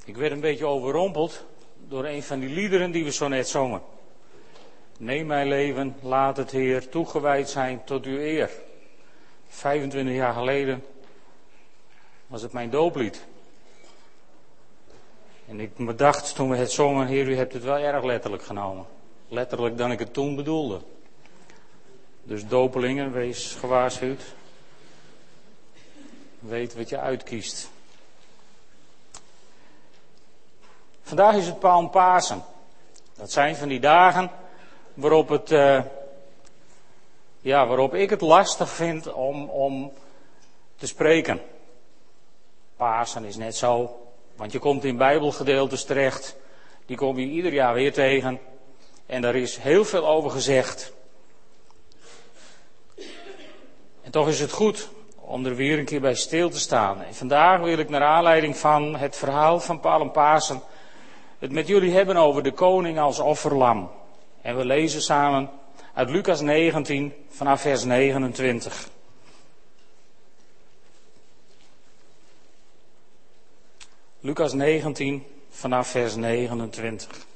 Ik werd een beetje overrompeld door een van die liederen die we zo net zongen. Neem mijn leven, laat het Heer toegewijd zijn tot uw eer. 25 jaar geleden was het mijn dooplied. En ik me dacht toen we het zongen, Heer, u hebt het wel erg letterlijk genomen. Letterlijk dan ik het toen bedoelde. Dus dopelingen, wees gewaarschuwd. Weet wat je uitkiest. Vandaag is het Palmpasen. Dat zijn van die dagen waarop ik het lastig vind om te spreken. Pasen is net zo, want je komt in Bijbelgedeeltes terecht. Die kom je ieder jaar weer tegen. En daar is heel veel over gezegd. En toch is het goed om er weer een keer bij stil te staan. En vandaag wil ik naar aanleiding van het verhaal van Palmpasen het met jullie hebben over de koning als offerlam. En we lezen samen uit Lucas 19 vanaf vers 29. Lucas 19 vanaf vers 29.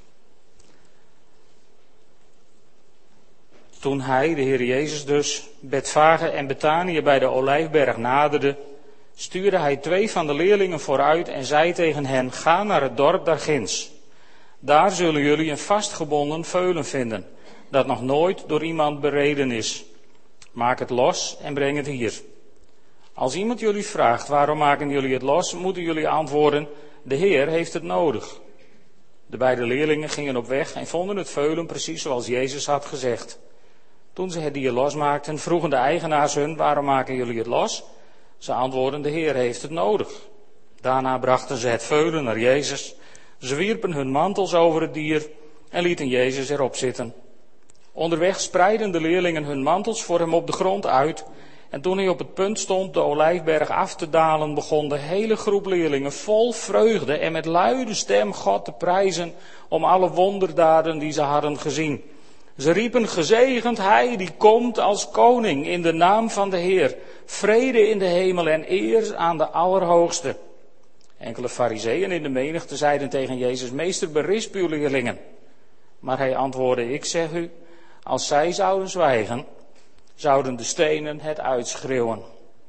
Toen hij, de Heer Jezus dus, Betfage en Betanië bij de Olijfberg naderde, stuurde hij 2 van de leerlingen vooruit en zei tegen hen, ga naar het dorp daarginds. Daar zullen jullie een vastgebonden veulen vinden, dat nog nooit door iemand bereden is. Maak het los en breng het hier. Als iemand jullie vraagt, waarom maken jullie het los, moeten jullie antwoorden, de Heer heeft het nodig. De beide leerlingen gingen op weg en vonden het veulen precies zoals Jezus had gezegd. Toen ze het dier losmaakten, vroegen de eigenaars hun, waarom maken jullie het los? Ze antwoordden, de Heer heeft het nodig. Daarna brachten ze het veulen naar Jezus. Ze wierpen hun mantels over het dier en lieten Jezus erop zitten. Onderweg spreidden de leerlingen hun mantels voor hem op de grond uit. En toen hij op het punt stond de Olijfberg af te dalen, begon de hele groep leerlingen vol vreugde en met luide stem God te prijzen om alle wonderdaden die ze hadden gezien. Ze riepen, gezegend hij die komt als koning in de naam van de Heer. Vrede in de hemel en eer aan de Allerhoogste. Enkele farizeeën in de menigte zeiden tegen Jezus, meester, berisp uw leerlingen. Maar hij antwoordde, ik zeg u, als zij zouden zwijgen, zouden de stenen het uitschreeuwen.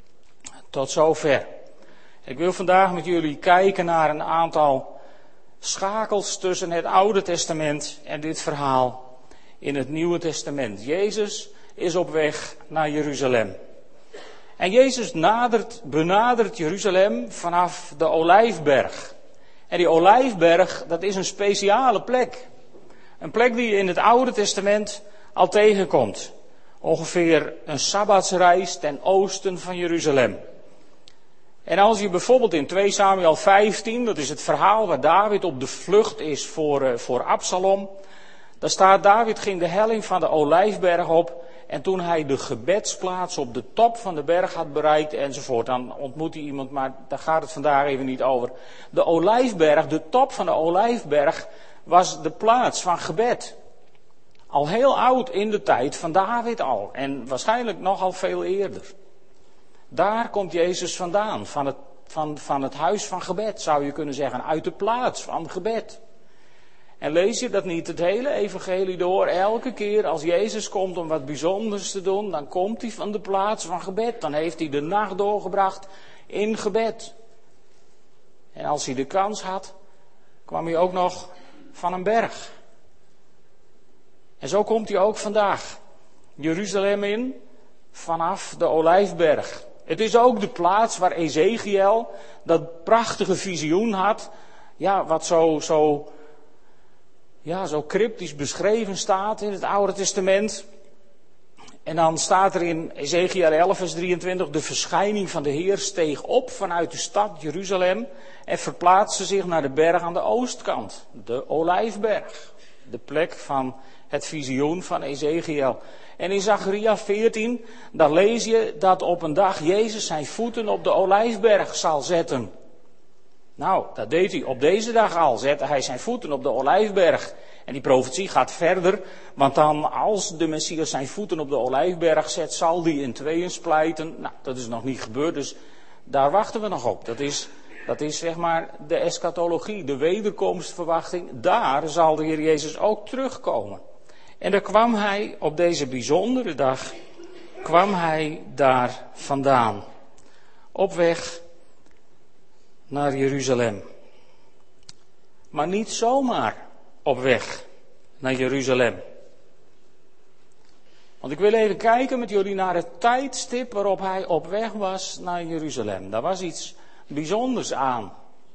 Tot zover. Ik wil vandaag met jullie kijken naar een aantal schakels tussen het Oude Testament en dit verhaal in het Nieuwe Testament. Jezus is op weg naar Jeruzalem. En Jezus benadert Jeruzalem vanaf de Olijfberg. En die Olijfberg, dat is een speciale plek. Een plek die je in het Oude Testament al tegenkomt. Ongeveer een sabbatsreis ten oosten van Jeruzalem. En als je bijvoorbeeld in 2 Samuel 15, dat is het verhaal waar David op de vlucht is voor Absalom. Daar staat, David ging de helling van de Olijfberg op. En toen hij de gebedsplaats op de top van de berg had bereikt enzovoort, dan ontmoet hij iemand, maar daar gaat het vandaag even niet over. De Olijfberg, de top van de Olijfberg, was de plaats van gebed. Al heel oud in de tijd van David al. En waarschijnlijk nogal veel eerder. Daar komt Jezus vandaan. Van het huis van gebed, zou je kunnen zeggen. Uit de plaats van gebed. En lees je dat niet het hele evangelie door? Elke keer als Jezus komt om wat bijzonders te doen, dan komt hij van de plaats van gebed. Dan heeft hij de nacht doorgebracht in gebed. En als hij de kans had, kwam hij ook nog van een berg. En zo komt hij ook vandaag Jeruzalem in vanaf de Olijfberg. Het is ook de plaats waar Ezechiël dat prachtige visioen had. Ja, wat zo cryptisch beschreven staat in het Oude Testament. En dan staat er in Ezechiël 11 vers 23, de verschijning van de Heer steeg op vanuit de stad Jeruzalem en verplaatste zich naar de berg aan de oostkant, de Olijfberg. De plek van het visioen van Ezechiël. En in Zacharia 14, daar lees je dat op een dag Jezus zijn voeten op de Olijfberg zal zetten. Nou, dat deed hij op deze dag al, zette hij zijn voeten op de Olijfberg. En die profetie gaat verder, want dan als de Messias zijn voeten op de Olijfberg zet, zal die in tweeën splijten. Nou, dat is nog niet gebeurd, dus daar wachten we nog op. Dat is Dat is zeg maar de eschatologie, de wederkomstverwachting. Daar zal de Heer Jezus ook terugkomen. En daar kwam hij op deze bijzondere dag, kwam hij daar vandaan. Op weg naar Jeruzalem. Maar niet zomaar op weg naar Jeruzalem. Want ik wil even kijken met jullie naar het tijdstip waarop hij op weg was naar Jeruzalem. Daar was iets bijzonders aan.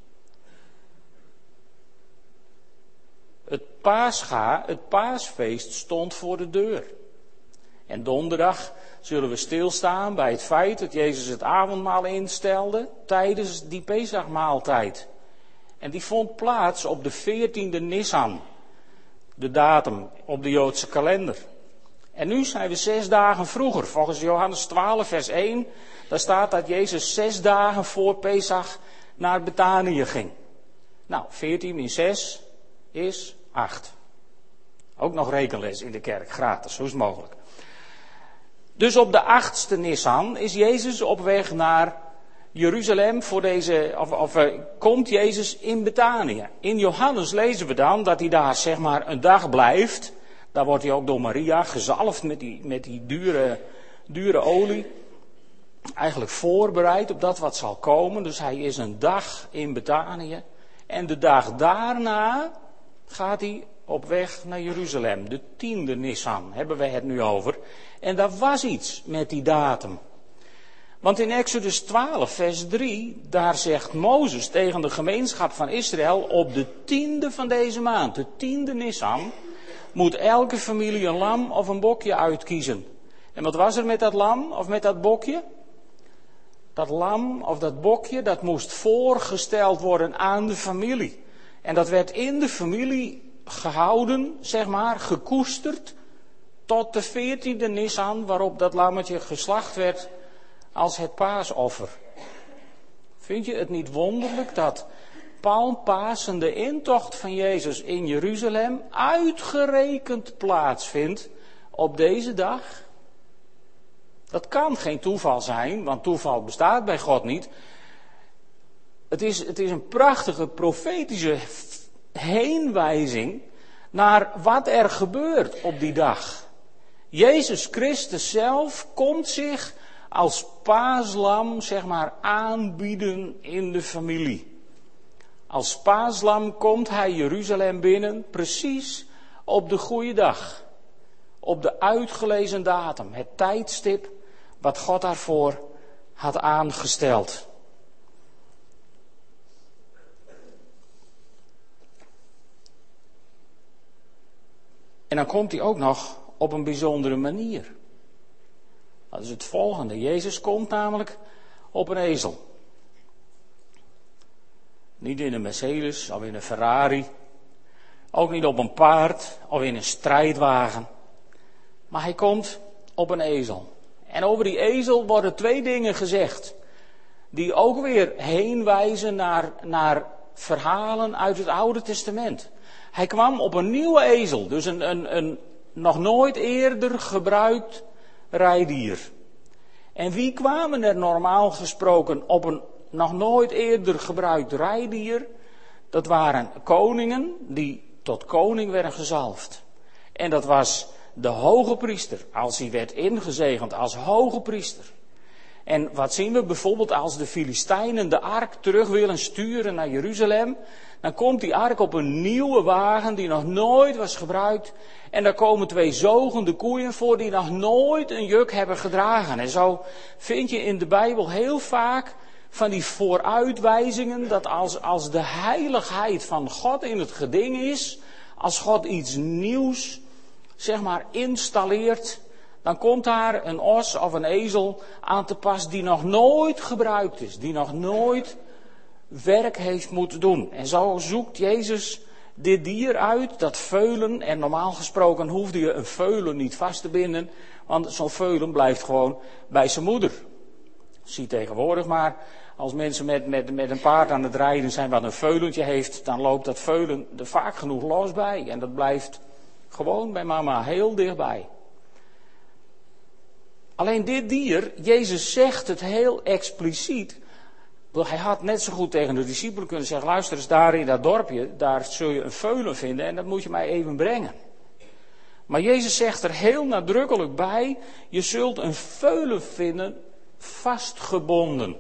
Het paasfeest stond voor de deur. En donderdag zullen we stilstaan bij het feit dat Jezus het avondmaal instelde tijdens die Pesachmaaltijd. En die vond plaats op de 14e Nisan, de datum op de Joodse kalender. En nu zijn we 6 dagen vroeger. Volgens Johannes 12 vers 1, daar staat dat Jezus 6 dagen voor Pesach naar Betanië ging. Nou, 14 min 6 is 8. Ook nog rekenles in de kerk, gratis, zo is het mogelijk. Dus op de 8e Nisan is Jezus op weg naar Jeruzalem voor komt Jezus in Betanië. In Johannes lezen we dan dat hij daar zeg maar een dag blijft. Daar wordt hij ook door Maria gezalfd met die dure olie. Eigenlijk voorbereid op dat wat zal komen. Dus hij is een dag in Betanië. En de dag daarna gaat hij op weg naar Jeruzalem. De 10e Nisan hebben we het nu over. En daar was iets met die datum. Want in Exodus 12 vers 3, daar zegt Mozes tegen de gemeenschap van Israël: op de 10e van deze maand, de 10e Nisan, moet elke familie een lam of een bokje uitkiezen. En wat was er met dat lam of met dat bokje? Dat lam of dat bokje, dat moest voorgesteld worden aan de familie. En dat werd in de familie gehouden, zeg maar, gekoesterd, tot de 14e Nisan, waarop dat lammetje geslacht werd als het paasoffer. Vind je het niet wonderlijk dat Palmpasen, de intocht van Jezus in Jeruzalem, uitgerekend plaatsvindt op deze dag? Dat kan geen toeval zijn, want toeval bestaat bij God niet. Het is een prachtige profetische heenwijzing naar wat er gebeurt op die dag. Jezus Christus zelf komt zich als paaslam, zeg maar, aanbieden in de familie. Als paaslam komt hij Jeruzalem binnen, precies op de goede dag. Op de uitgelezen datum, het tijdstip wat God daarvoor had aangesteld. En dan komt hij ook nog op een bijzondere manier. Dat is het volgende. Jezus komt namelijk op een ezel. Niet in een Mercedes of in een Ferrari. Ook niet op een paard of in een strijdwagen. Maar hij komt op een ezel. En over die ezel worden 2 dingen gezegd. Die ook weer heen wijzen naar verhalen uit het Oude Testament. Hij kwam op een nieuwe ezel. Dus een nog nooit eerder gebruikt rijdier. En wie kwamen er normaal gesproken op een nog nooit eerder gebruikt rijdier? Dat waren koningen die tot koning werden gezalfd. En dat was de hoge priester, als hij werd ingezegend als hoge priester. En wat zien we bijvoorbeeld als de Filistijnen de ark terug willen sturen naar Jeruzalem? Dan komt die ark op een nieuwe wagen die nog nooit was gebruikt. En daar komen 2 zogende koeien voor die nog nooit een juk hebben gedragen. En zo vind je in de Bijbel heel vaak van die vooruitwijzingen dat als de heiligheid van God in het geding is, als God iets nieuws, zeg maar, installeert, dan komt daar een os of een ezel aan te pas die nog nooit gebruikt is, die nog nooit werk heeft moeten doen. En zo zoekt Jezus dit dier uit, dat veulen. En normaal gesproken hoefde je een veulen niet vast te binden, want zo'n veulen blijft gewoon bij zijn moeder. Zie tegenwoordig maar, als mensen met een paard aan het rijden zijn wat een veulentje heeft, dan loopt dat veulen er vaak genoeg los bij. En dat blijft gewoon bij mama heel dichtbij. Alleen dit dier, Jezus zegt het heel expliciet, Hij had net zo goed tegen de discipelen kunnen zeggen, luister eens, daar in dat dorpje, daar zul je een veulen vinden en dat moet je mij even brengen. Maar Jezus zegt er heel nadrukkelijk bij, je zult een veulen vinden vastgebonden.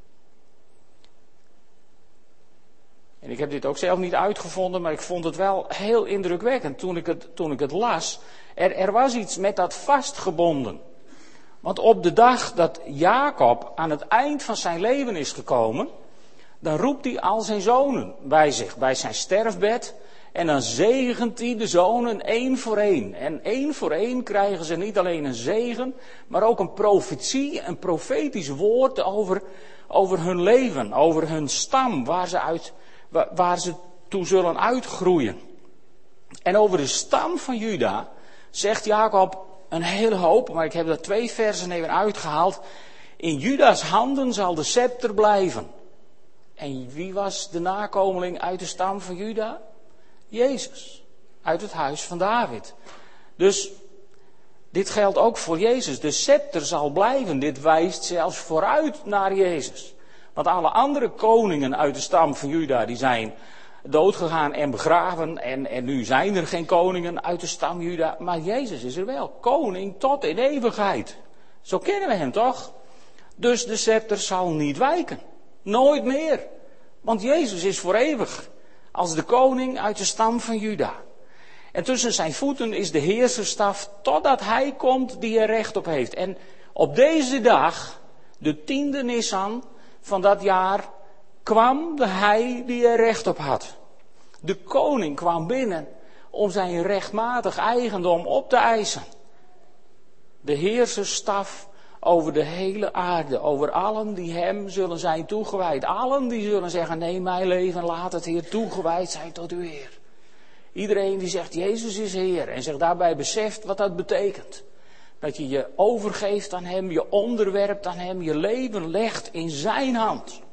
En ik heb dit ook zelf niet uitgevonden, maar ik vond het wel heel indrukwekkend toen ik het las. Er was iets met dat vastgebonden. Want op de dag dat Jacob aan het eind van zijn leven is gekomen, dan roept hij al zijn zonen bij zich, bij zijn sterfbed. En dan zegent hij de zonen één voor één. En één voor één krijgen ze niet alleen een zegen, maar ook een profetie, een profetisch woord over hun leven, over hun stam, waar ze toe zullen uitgroeien. En over de stam van Juda zegt Jacob een hele hoop, maar ik heb er 2 versen even uitgehaald. In Juda's handen zal de scepter blijven. En wie was de nakomeling uit de stam van Juda? Jezus, uit het huis van David. Dus dit geldt ook voor Jezus. De scepter zal blijven. Dit wijst zelfs vooruit naar Jezus. Want alle andere koningen uit de stam van Juda, die zijn doodgegaan en begraven. En nu zijn er geen koningen uit de stam Juda. Maar Jezus is er wel. Koning tot in eeuwigheid. Zo kennen we hem toch? Dus de scepter zal niet wijken. Nooit meer. Want Jezus is voor eeuwig. Als de koning uit de stam van Juda. En tussen zijn voeten is de heerserstaf totdat hij komt die er recht op heeft. En op deze dag, de 10e Nisan van dat jaar, kwam de hij die er recht op had. De koning kwam binnen om zijn rechtmatig eigendom op te eisen. De heerserstaf over de hele aarde, over allen die hem zullen zijn toegewijd. Allen die zullen zeggen, neem mijn leven, laat het Heer toegewijd zijn tot uw Heer. Iedereen die zegt, Jezus is Heer en zich daarbij beseft wat dat betekent. Dat je je overgeeft aan hem, je onderwerpt aan hem, je leven legt in zijn hand.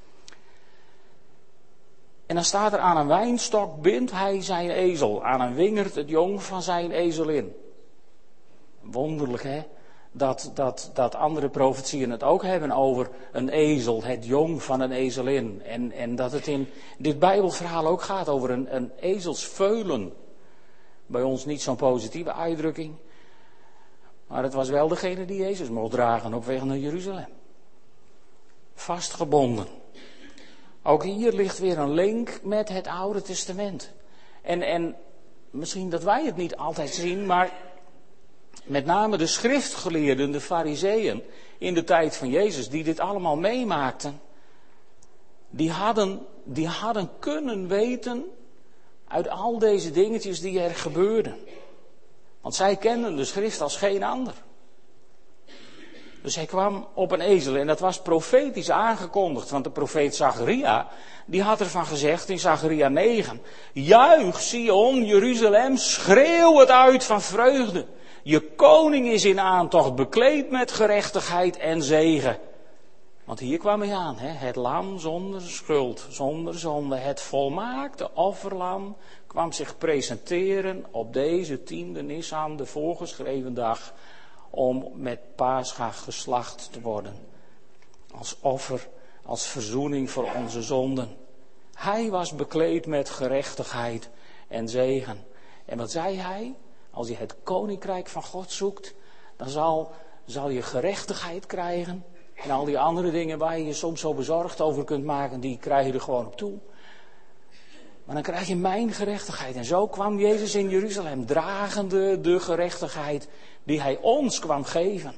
En dan staat er, aan een wijnstok bindt hij zijn ezel, aan een wingerd het jong van zijn ezelin. Wonderlijk, hè? Dat andere profetieën het ook hebben over een ezel, het jong van een ezelin. En dat het in dit Bijbelverhaal ook gaat over een ezelsveulen. Bij ons niet zo'n positieve uitdrukking. Maar het was wel degene die Jezus mocht dragen op weg naar Jeruzalem. Vastgebonden. Ook hier ligt weer een link met het Oude Testament. En misschien dat wij het niet altijd zien, maar met name de schriftgeleerden, de farizeeën in de tijd van Jezus, die dit allemaal meemaakten, die hadden kunnen weten uit al deze dingetjes die er gebeurden. Want zij kenden de schrift als geen ander. Dus hij kwam op een ezel en dat was profetisch aangekondigd. Want de profeet Zacharia, die had ervan gezegd in Zacharia 9. Juich Sion, Jeruzalem, schreeuw het uit van vreugde. Je koning is in aantocht, bekleed met gerechtigheid en zegen. Want hier kwam hij aan, het lam zonder schuld, zonder zonde. Het volmaakte offerlam kwam zich presenteren op deze 10e Nisan, de voorgeschreven dag, om met Pascha geslacht te worden. Als offer, als verzoening voor onze zonden. Hij was bekleed met gerechtigheid en zegen. En wat zei hij? Als je het koninkrijk van God zoekt, dan zal je gerechtigheid krijgen. En al die andere dingen waar je je soms zo bezorgd over kunt maken, die krijg je er gewoon op toe. Maar dan krijg je mijn gerechtigheid. En zo kwam Jezus in Jeruzalem, dragende de gerechtigheid die hij ons kwam geven.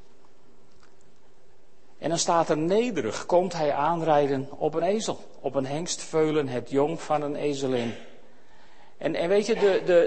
En dan staat er nederig, komt hij aanrijden op een ezel. Op een hengstveulen, het jong van een ezelin. En weet je,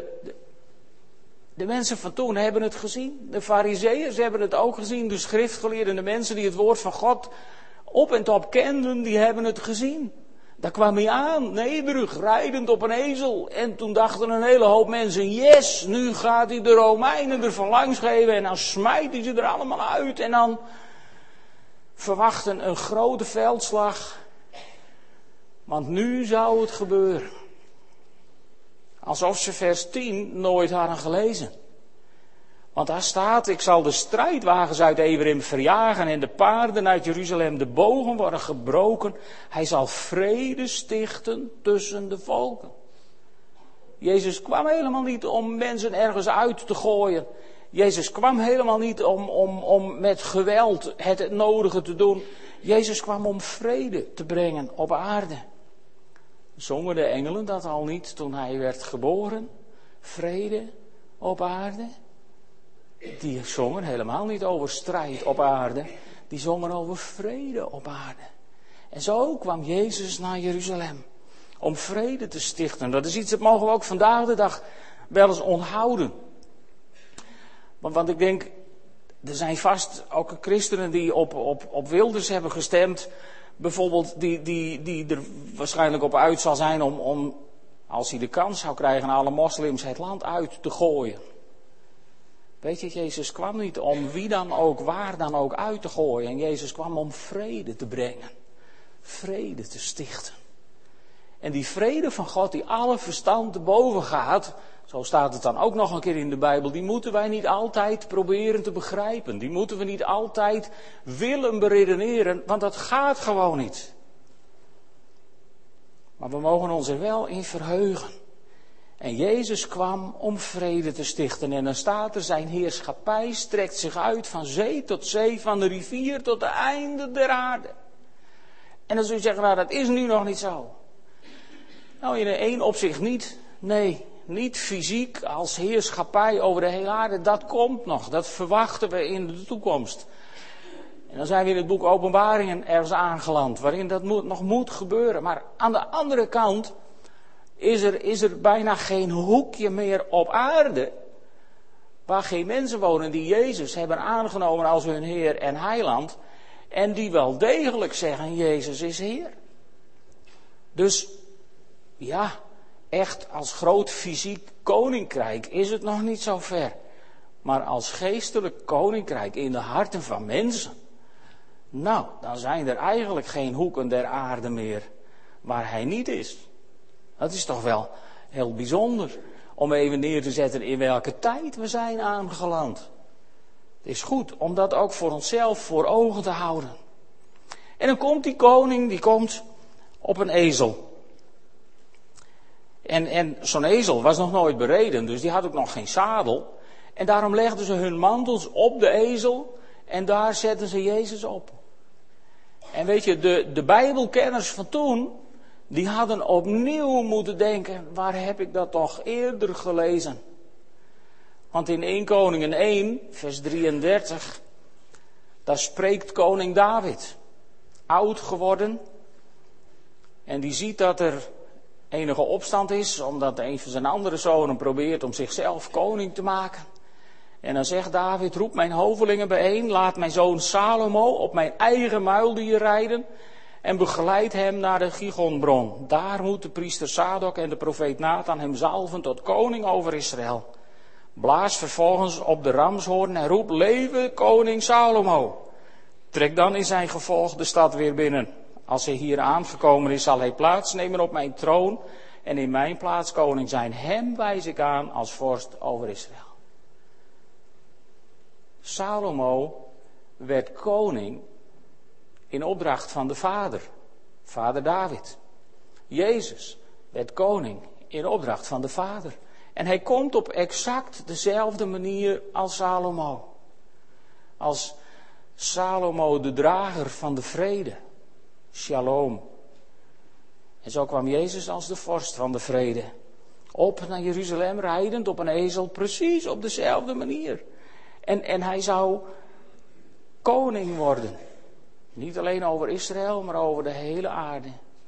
de mensen van toen hebben het gezien. De farizeeërs hebben het ook gezien. De schriftgeleerden, de mensen die het woord van God op en top kenden, die hebben het gezien. Daar kwam hij aan, nederig, rijdend op een ezel. En toen dachten een hele hoop mensen, yes, nu gaat hij de Romeinen ervan langs geven. En dan smijt hij ze er allemaal uit. En dan verwachten een grote veldslag. Want nu zou het gebeuren. Alsof ze vers 10 nooit hadden gelezen. Want daar staat, ik zal de strijdwagens uit Everim verjagen en de paarden uit Jeruzalem, de bogen worden gebroken. Hij zal vrede stichten tussen de volken. Jezus kwam helemaal niet om mensen ergens uit te gooien. Jezus kwam helemaal niet om met geweld het nodige te doen. Jezus kwam om vrede te brengen op aarde. Zongen de engelen dat al niet toen hij werd geboren? Vrede op aarde? Die zongen helemaal niet over strijd op aarde. Die zongen over vrede op aarde. En zo kwam Jezus naar Jeruzalem. Om vrede te stichten. Dat is iets dat mogen we ook vandaag de dag wel eens onthouden. Want ik denk, er zijn vast ook christenen die op Wilders hebben gestemd. Bijvoorbeeld die er waarschijnlijk op uit zal zijn om, als hij de kans zou krijgen, alle moslims het land uit te gooien. Weet je, Jezus kwam niet om wie dan ook, waar dan ook uit te gooien. En Jezus kwam om vrede te brengen. Vrede te stichten. En die vrede van God die alle verstand te boven gaat, zo staat het dan ook nog een keer in de Bijbel, die moeten wij niet altijd proberen te begrijpen. Die moeten we niet altijd willen beredeneren, want dat gaat gewoon niet. Maar we mogen ons er wel in verheugen. En Jezus kwam om vrede te stichten. En dan staat er, zijn heerschappij strekt zich uit van zee tot zee, van de rivier tot de einde der aarde. En dan zul je zeggen, nou dat is nu nog niet zo. Nou, in één opzicht niet. Nee, niet fysiek als heerschappij over de hele aarde. Dat komt nog. Dat verwachten we in de toekomst. En dan zijn we in het boek Openbaringen ergens aangeland, waarin dat nog moet gebeuren. Maar aan de andere kant is er bijna geen hoekje meer op aarde waar geen mensen wonen die Jezus hebben aangenomen als hun Heer en Heiland. En die wel degelijk zeggen, Jezus is Heer. Dus ja, echt als groot fysiek koninkrijk is het nog niet zo ver. Maar als geestelijk koninkrijk in de harten van mensen, nou, dan zijn er eigenlijk geen hoeken der aarde meer waar hij niet is. Dat is toch wel heel bijzonder om even neer te zetten in welke tijd we zijn aangeland. Het is goed om dat ook voor onszelf voor ogen te houden. En dan komt die koning, die komt op een ezel. En zo'n ezel was nog nooit bereden, dus die had ook nog geen zadel. En daarom legden ze hun mantels op de ezel en daar zetten ze Jezus op. En weet je, de Bijbelkenners van toen, die hadden opnieuw moeten denken, waar heb ik dat toch eerder gelezen? Want in 1 Koningen 1, vers 33, daar spreekt koning David, oud geworden. En die ziet dat er enige opstand is, omdat een van zijn andere zonen probeert om zichzelf koning te maken. En dan zegt David, roep mijn hovelingen bijeen, laat mijn zoon Salomo op mijn eigen muildier rijden en begeleid hem naar de Gigonbron. Daar moet de priester Sadok en de profeet Nathan hem zalven tot koning over Israël. Blaas vervolgens op de ramshoorn en roep, leve koning Salomo. Trek dan in zijn gevolg de stad weer binnen. Als hij hier aangekomen is, zal hij plaatsnemen op mijn troon en in mijn plaats koning zijn. Hem wijs ik aan als vorst over Israël. Salomo werd koning in opdracht van de vader David. Jezus werd koning in opdracht van de Vader. En hij komt op exact dezelfde manier als Salomo. Als Salomo, de drager van de vrede. Shalom. En zo kwam Jezus als de vorst van de vrede. Op naar Jeruzalem rijdend op een ezel, precies op dezelfde manier. En hij zou koning worden. Niet alleen over Israël, maar over de hele aarde.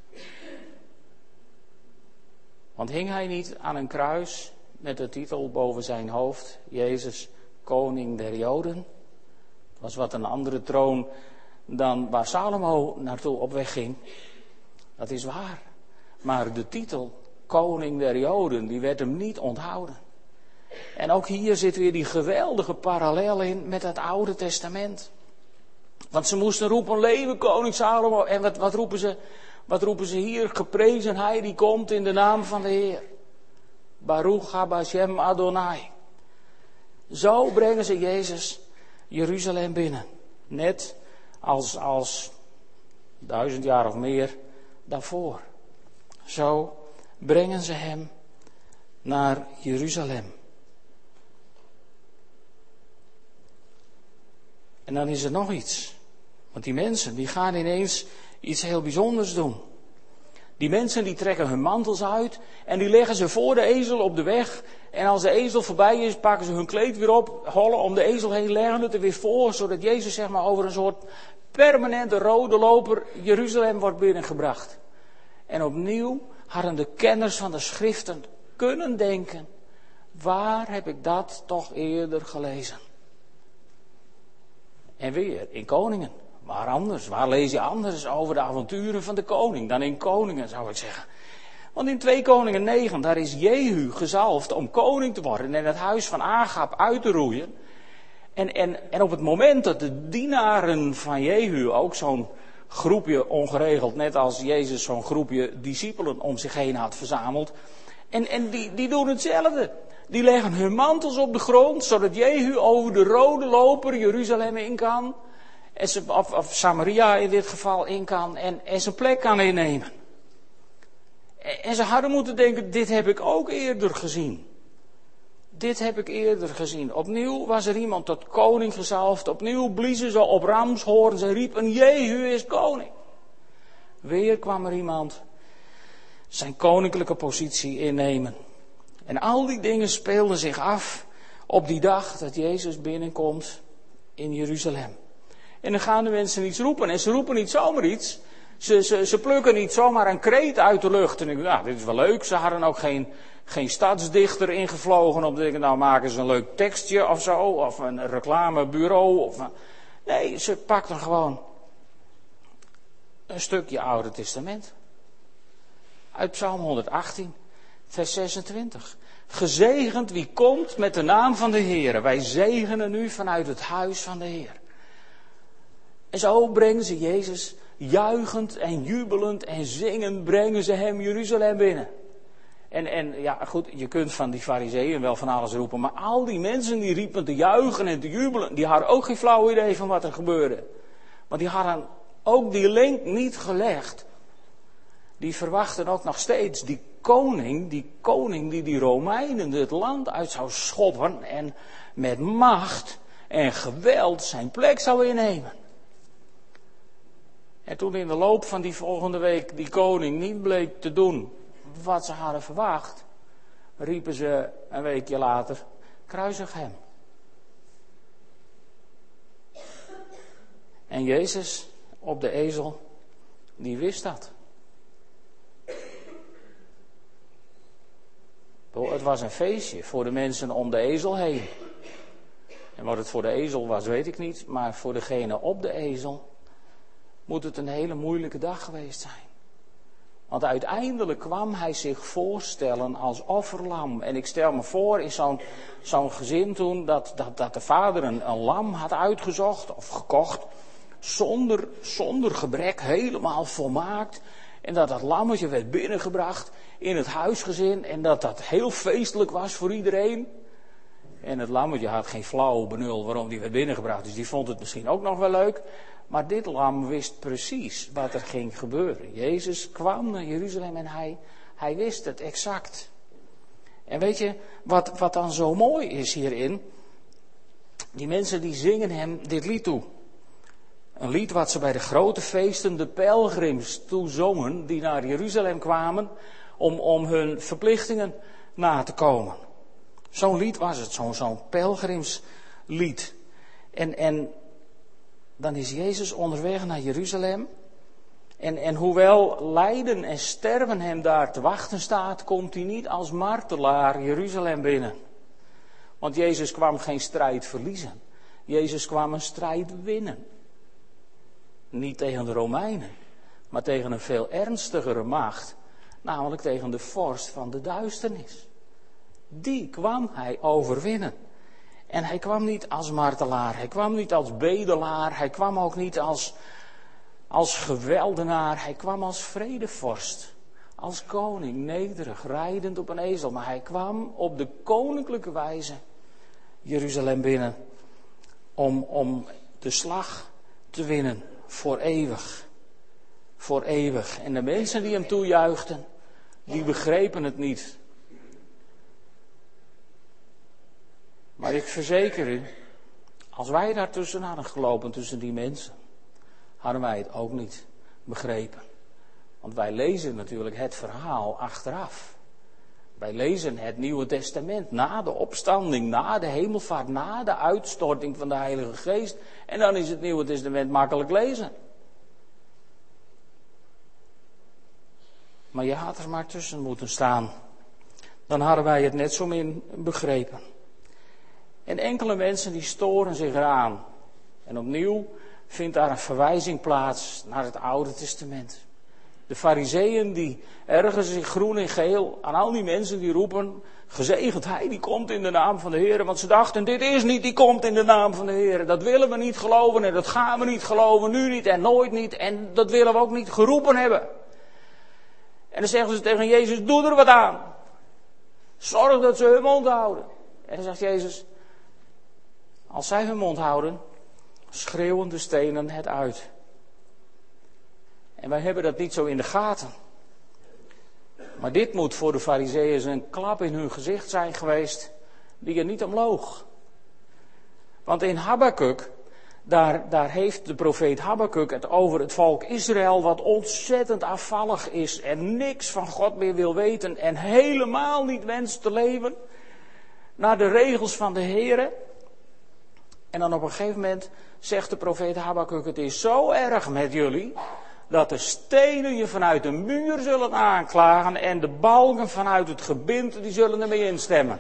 Want hing hij niet aan een kruis met de titel boven zijn hoofd, Jezus, koning der Joden? Dat was wat een andere troon dan waar Salomo naartoe op weg ging. Dat is waar. Maar de titel, koning der Joden, die werd hem niet onthouden. En ook hier zit weer die geweldige parallel in met het Oude Testament. Want ze moesten roepen, leven koning Salomo. En wat roepen ze? Wat roepen ze hier? Geprezen hij die komt in de naam van de Heer. Baruch haba Shem Adonai. Zo brengen ze Jezus Jeruzalem binnen. Net als 1000 jaar of meer daarvoor. Zo brengen ze hem naar Jeruzalem. En dan is er nog iets. Want die mensen die gaan ineens iets heel bijzonders doen. Die mensen die trekken hun mantels uit en die leggen ze voor de ezel op de weg. En als de ezel voorbij is, pakken ze hun kleed weer op, hollen om de ezel heen, leggen het er weer voor, zodat Jezus zeg maar over een soort permanente rode loper Jeruzalem wordt binnengebracht. En opnieuw hadden de kenners van de schriften kunnen denken, waar heb ik dat toch eerder gelezen? En weer in Koningen. Waar anders? Waar lees je anders over de avonturen van de koning dan in Koningen, zou ik zeggen. Want in 2 Koningen 9, daar is Jehu gezalfd om koning te worden en het huis van Agab uit te roeien. En op het moment dat de dienaren van Jehu, ook zo'n groepje ongeregeld, net als Jezus zo'n groepje discipelen om zich heen had verzameld. En die doen hetzelfde. Die leggen hun mantels op de grond, zodat Jehu over de rode loper Jeruzalem in kan. Of Samaria in dit geval in kan en zijn plek kan innemen. En ze hadden moeten denken, dit heb ik ook eerder gezien. Dit heb ik eerder gezien. Opnieuw was er iemand tot koning gezalfd. Opnieuw bliezen ze op ramshoorns en riepen, Jehu is koning. Weer kwam er iemand zijn koninklijke positie innemen. En al die dingen speelden zich af op die dag dat Jezus binnenkomt in Jeruzalem. En dan gaan de mensen iets roepen. En ze roepen niet zomaar iets. Ze plukken niet zomaar een kreet uit de lucht. En ik dacht, dit is wel leuk. Ze hadden ook geen stadsdichter ingevlogen. Om te denken, nou maken ze een leuk tekstje of zo. Of een reclamebureau. Nee, ze pakten gewoon een stukje Oude Testament. Uit Psalm 118, vers 26. Gezegend wie komt met de naam van de Heer. Wij zegenen u vanuit het huis van de Heer. En zo brengen ze Jezus juichend en jubelend en zingend brengen ze hem Jeruzalem binnen. En ja goed, je kunt van die farizeeën wel van alles roepen, maar al die mensen die riepen te juichen en te jubelen, die hadden ook geen flauw idee van wat er gebeurde. Want die hadden ook die link niet gelegd. Die verwachten ook nog steeds die koning die Romeinen het land uit zou schoppen en met macht en geweld zijn plek zou innemen. En toen in de loop van die volgende week die koning niet bleek te doen wat ze hadden verwacht, riepen ze een weekje later, kruisig hem. En Jezus op de ezel, die wist dat. Het was een feestje voor de mensen om de ezel heen. En wat het voor de ezel was, weet ik niet, maar voor degene op de ezel moet het een hele moeilijke dag geweest zijn. Want uiteindelijk kwam hij zich voorstellen als offerlam. En ik stel me voor in zo'n gezin toen dat de vader een lam had uitgezocht of gekocht. Zonder gebrek, helemaal volmaakt. En dat lammetje werd binnengebracht in het huisgezin. En dat heel feestelijk was voor iedereen. En het lammetje had geen flauw benul waarom die werd binnengebracht. Dus die vond het misschien ook nog wel leuk. Maar dit lam wist precies wat er ging gebeuren. Jezus kwam naar Jeruzalem en hij wist het exact. En weet je, wat dan zo mooi is hierin? Die mensen die zingen hem dit lied toe. Een lied wat ze bij de grote feesten de pelgrims toezongen die naar Jeruzalem kwamen om hun verplichtingen na te komen. Zo'n lied was het, zo'n pelgrimslied. En dan is Jezus onderweg naar Jeruzalem. En hoewel lijden en sterven hem daar te wachten staat, komt hij niet als martelaar Jeruzalem binnen. Want Jezus kwam geen strijd verliezen. Jezus kwam een strijd winnen. Niet tegen de Romeinen, maar tegen een veel ernstigere macht. Namelijk tegen de vorst van de duisternis. Die kwam hij overwinnen. En hij kwam niet als martelaar, hij kwam niet als bedelaar, hij kwam ook niet als geweldenaar, hij kwam als vredevorst. Als koning, nederig, rijdend op een ezel. Maar hij kwam op de koninklijke wijze Jeruzalem binnen om de slag te winnen voor eeuwig. Voor eeuwig. En de mensen die hem toejuichten, die begrepen het niet. Maar ik verzeker u, als wij daartussen hadden gelopen, tussen die mensen, hadden wij het ook niet begrepen. Want wij lezen natuurlijk het verhaal achteraf. Wij lezen het Nieuwe Testament na de opstanding, na de hemelvaart, na de uitstorting van de Heilige Geest. En dan is het Nieuwe Testament makkelijk lezen. Maar je had er maar tussen moeten staan. Dan hadden wij het net zo min begrepen. En enkele mensen die storen zich eraan. En opnieuw vindt daar een verwijzing plaats naar het Oude Testament. De Farizeeën die ergeren zich groen en geel aan al die mensen die roepen, gezegend hij die komt in de naam van de Heer. Want ze dachten, dit is niet, die komt in de naam van de Heer. Dat willen we niet geloven en dat gaan we niet geloven, nu niet en nooit niet. En dat willen we ook niet geroepen hebben. En dan zeggen ze tegen Jezus, doe er wat aan. Zorg dat ze hun mond houden. En dan zegt Jezus, als zij hun mond houden, schreeuwen de stenen het uit. En wij hebben dat niet zo in de gaten. Maar dit moet voor de Farizeeën een klap in hun gezicht zijn geweest, die er niet om loog. Want in Habakuk, daar heeft de profeet Habakuk het over het volk Israël, wat ontzettend afvallig is en niks van God meer wil weten en helemaal niet wenst te leven naar de regels van de Heere. En dan op een gegeven moment zegt de profeet Habakuk, het is zo erg met jullie, dat de stenen je vanuit de muur zullen aanklagen en de balken vanuit het gebinte, die zullen ermee instemmen.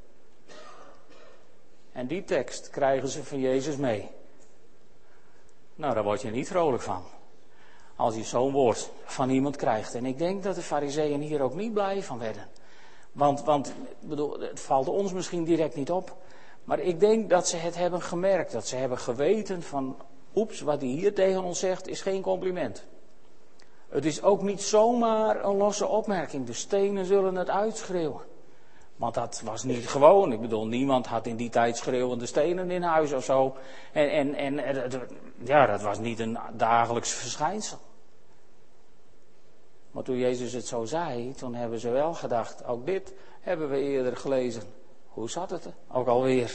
En die tekst krijgen ze van Jezus mee. Nou, daar word je niet vrolijk van. Als je zo'n woord van iemand krijgt. En ik denk dat de Farizeeën hier ook niet blij van werden. Want bedoel, het valt ons misschien direct niet op. Maar ik denk dat ze het hebben gemerkt. Dat ze hebben geweten van, oeps, wat hij hier tegen ons zegt is geen compliment. Het is ook niet zomaar een losse opmerking. De stenen zullen het uitschreeuwen. Want dat was niet gewoon. Ik bedoel, niemand had in die tijd schreeuwende stenen in huis of zo. Ja, dat was niet een dagelijks verschijnsel. Maar toen Jezus het zo zei, toen hebben ze wel gedacht, ook dit hebben we eerder gelezen. Hoe zat het ook alweer?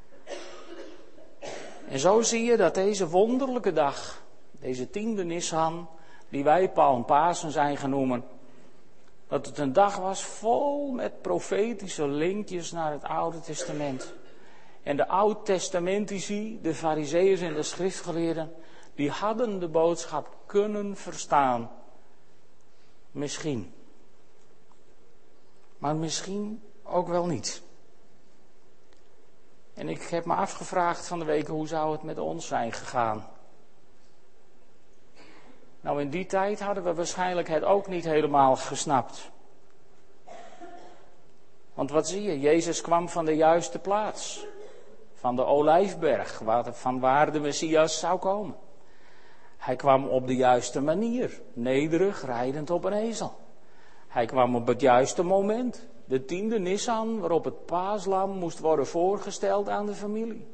En zo zie je dat deze wonderlijke dag, deze 10e Nisan, die wij Palmpasen zijn genoemd, dat het een dag was vol met profetische linkjes naar het Oude Testament. En de Oud-testamentici, de Farizeeën en de schriftgeleerden, die hadden de boodschap kunnen verstaan. Misschien. Maar misschien ook wel niet. En ik heb me afgevraagd van de week, hoe zou het met ons zijn gegaan? Nou, in die tijd hadden we waarschijnlijk het ook niet helemaal gesnapt. Want wat zie je? Jezus kwam van de juiste plaats. Van de Olijfberg, van waar de Messias zou komen. Hij kwam op de juiste manier. Nederig, rijdend op een ezel. Hij kwam op het juiste moment. De 10e Nisan, waarop het paaslam moest worden voorgesteld aan de familie.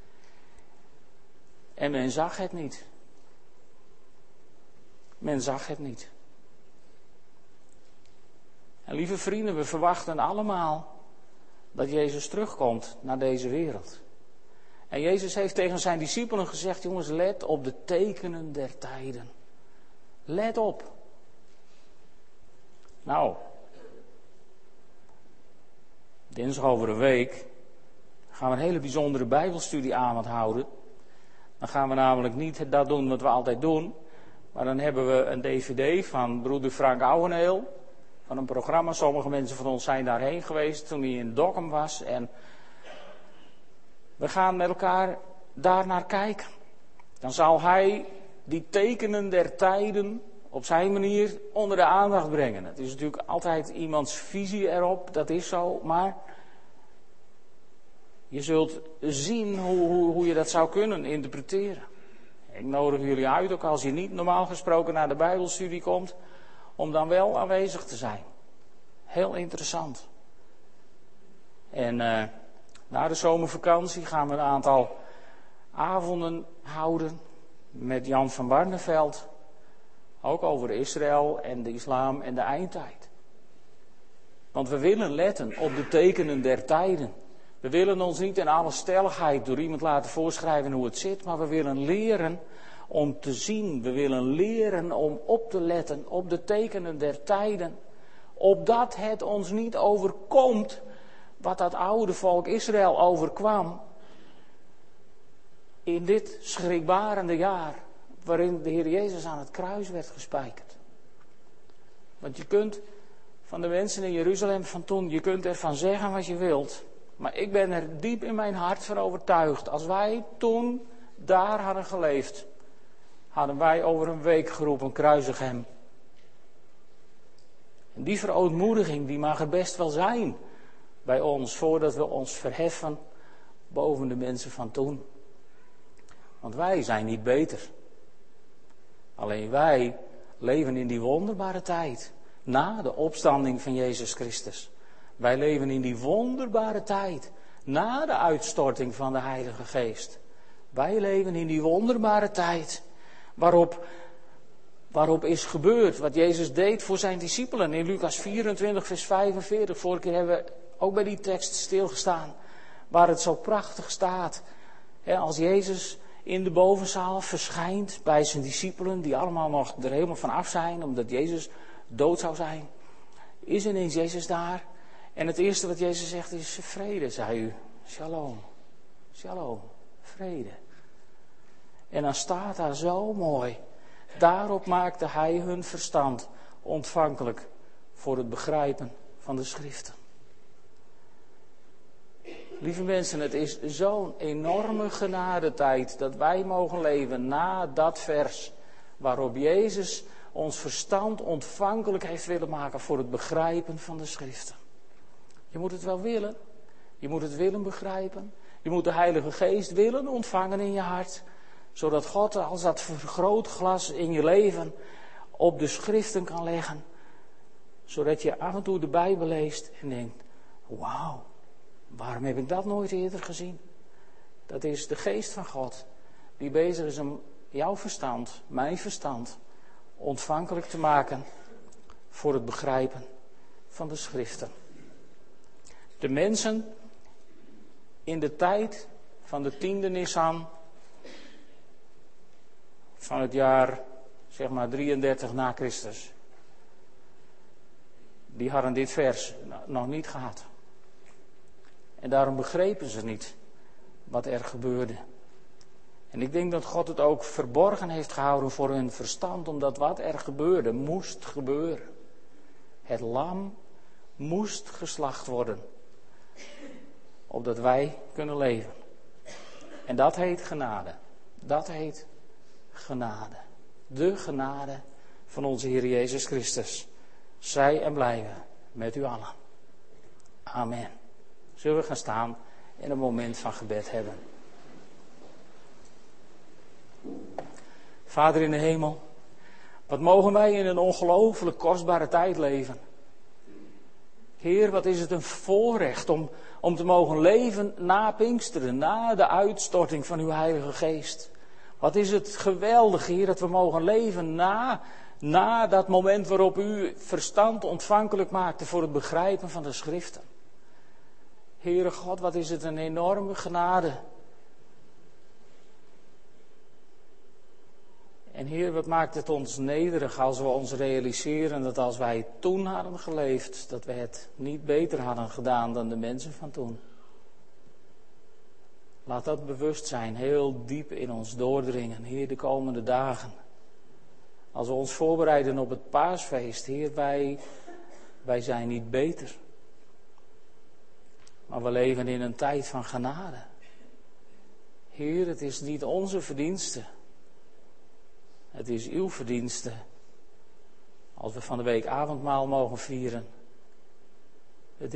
En men zag het niet. Men zag het niet. En lieve vrienden, we verwachten allemaal dat Jezus terugkomt naar deze wereld. En Jezus heeft tegen zijn discipelen gezegd, jongens, let op de tekenen der tijden. Let op. Nou, dinsdag over een week gaan we een hele bijzondere Bijbelstudieavond houden. Dan gaan we namelijk niet dat doen wat we altijd doen. Maar dan hebben we een dvd van broeder Frank Ouweneel. Van een programma. Sommige mensen van ons zijn daarheen geweest toen hij in Dokkum was. En we gaan met elkaar daarnaar kijken. Dan zal hij die tekenen der tijden op zijn manier onder de aandacht brengen. Het is natuurlijk altijd iemands visie erop, dat is zo. Maar je zult zien hoe je dat zou kunnen interpreteren. Ik nodig jullie uit, ook als je niet normaal gesproken naar de Bijbelstudie komt, om dan wel aanwezig te zijn. Heel interessant. En Na de zomervakantie gaan we een aantal avonden houden met Jan van Barneveld. Ook over Israël en de islam en de eindtijd. Want we willen letten op de tekenen der tijden. We willen ons niet in alle stelligheid door iemand laten voorschrijven hoe het zit. Maar we willen leren om te zien. We willen leren om op te letten op de tekenen der tijden. Opdat het ons niet overkomt wat dat oude volk Israël overkwam. In dit schrikbarende jaar waarin de Heer Jezus aan het kruis werd gespijkerd. Want je kunt van de mensen in Jeruzalem van toen, je kunt ervan zeggen wat je wilt. Maar ik ben er diep in mijn hart van overtuigd. Als wij toen daar hadden geleefd, hadden wij over een week geroepen, kruisig hem. En die verootmoediging, die mag er best wel zijn bij ons, voordat we ons verheffen boven de mensen van toen. Want wij zijn niet beter. Alleen wij leven in die wonderbare tijd, na de opstanding van Jezus Christus. Wij leven in die wonderbare tijd, na de uitstorting van de Heilige Geest. Wij leven in die wonderbare tijd, waarop is gebeurd wat Jezus deed voor zijn discipelen. In Lucas 24, vers 45, vorige keer hebben we ook bij die tekst stilgestaan, waar het zo prachtig staat. Als Jezus in de bovenzaal verschijnt bij zijn discipelen, die allemaal nog er helemaal van af zijn, omdat Jezus dood zou zijn, is ineens Jezus daar. En het eerste wat Jezus zegt is, vrede, zei u. Shalom. Shalom. Vrede. En dan staat daar zo mooi, daarop maakte hij hun verstand ontvankelijk voor het begrijpen van de schriften. Lieve mensen, het is zo'n enorme genadetijd dat wij mogen leven na dat vers waarop Jezus ons verstand ontvankelijk heeft willen maken voor het begrijpen van de schriften. Je moet het wel willen. Je moet het willen begrijpen. Je moet de Heilige Geest willen ontvangen in je hart. Zodat God als dat vergrootglas in je leven op de schriften kan leggen. Zodat je af en toe de Bijbel leest en denkt, wauw, waarom heb ik dat nooit eerder gezien? Dat is de Geest van God die bezig is om jouw verstand, mijn verstand, ontvankelijk te maken voor het begrijpen van de schriften. De mensen in de tijd van de 10e Nisan van het jaar, zeg maar 33 na Christus, die hadden dit vers nog niet gehad. En daarom begrepen ze niet wat er gebeurde. En ik denk dat God het ook verborgen heeft gehouden voor hun verstand, omdat wat er gebeurde, moest gebeuren. Het lam moest geslacht worden, opdat wij kunnen leven. En dat heet genade. Dat heet genade. De genade van onze Heer Jezus Christus. Zij en blijven met u allen. Amen. Zullen we gaan staan en een moment van gebed hebben. Vader in de hemel, wat mogen wij in een ongelooflijk kostbare tijd leven. Heer, wat is het een voorrecht om te mogen leven na Pinksteren, na de uitstorting van uw Heilige Geest. Wat is het geweldig, Heer, dat we mogen leven na dat moment waarop u verstand ontvankelijk maakte voor het begrijpen van de schriften. Heere God, wat is het een enorme genade. En Heer, wat maakt het ons nederig als we ons realiseren dat als wij toen hadden geleefd, dat we het niet beter hadden gedaan dan de mensen van toen. Laat dat bewustzijn heel diep in ons doordringen, Heer, de komende dagen. Als we ons voorbereiden op het paasfeest, Heer, wij zijn niet beter. Maar we leven in een tijd van genade. Heer, het is niet onze verdienste. Het is uw verdienste. Als we van de week avondmaal mogen vieren. Het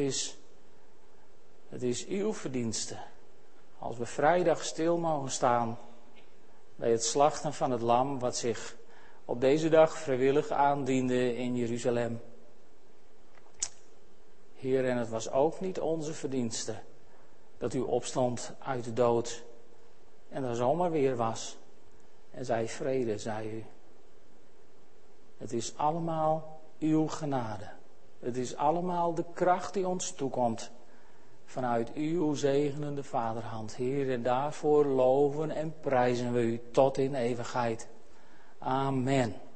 is uw verdienste. Als we vrijdag stil mogen staan bij het slachten van het lam wat zich op deze dag vrijwillig aandiende in Jeruzalem. Heer, en het was ook niet onze verdienste dat u opstond uit de dood en er zomaar weer was. En zei vrede, zei u. Het is allemaal uw genade. Het is allemaal de kracht die ons toekomt. Vanuit uw zegenende vaderhand. Heer, en daarvoor loven en prijzen we u tot in eeuwigheid. Amen.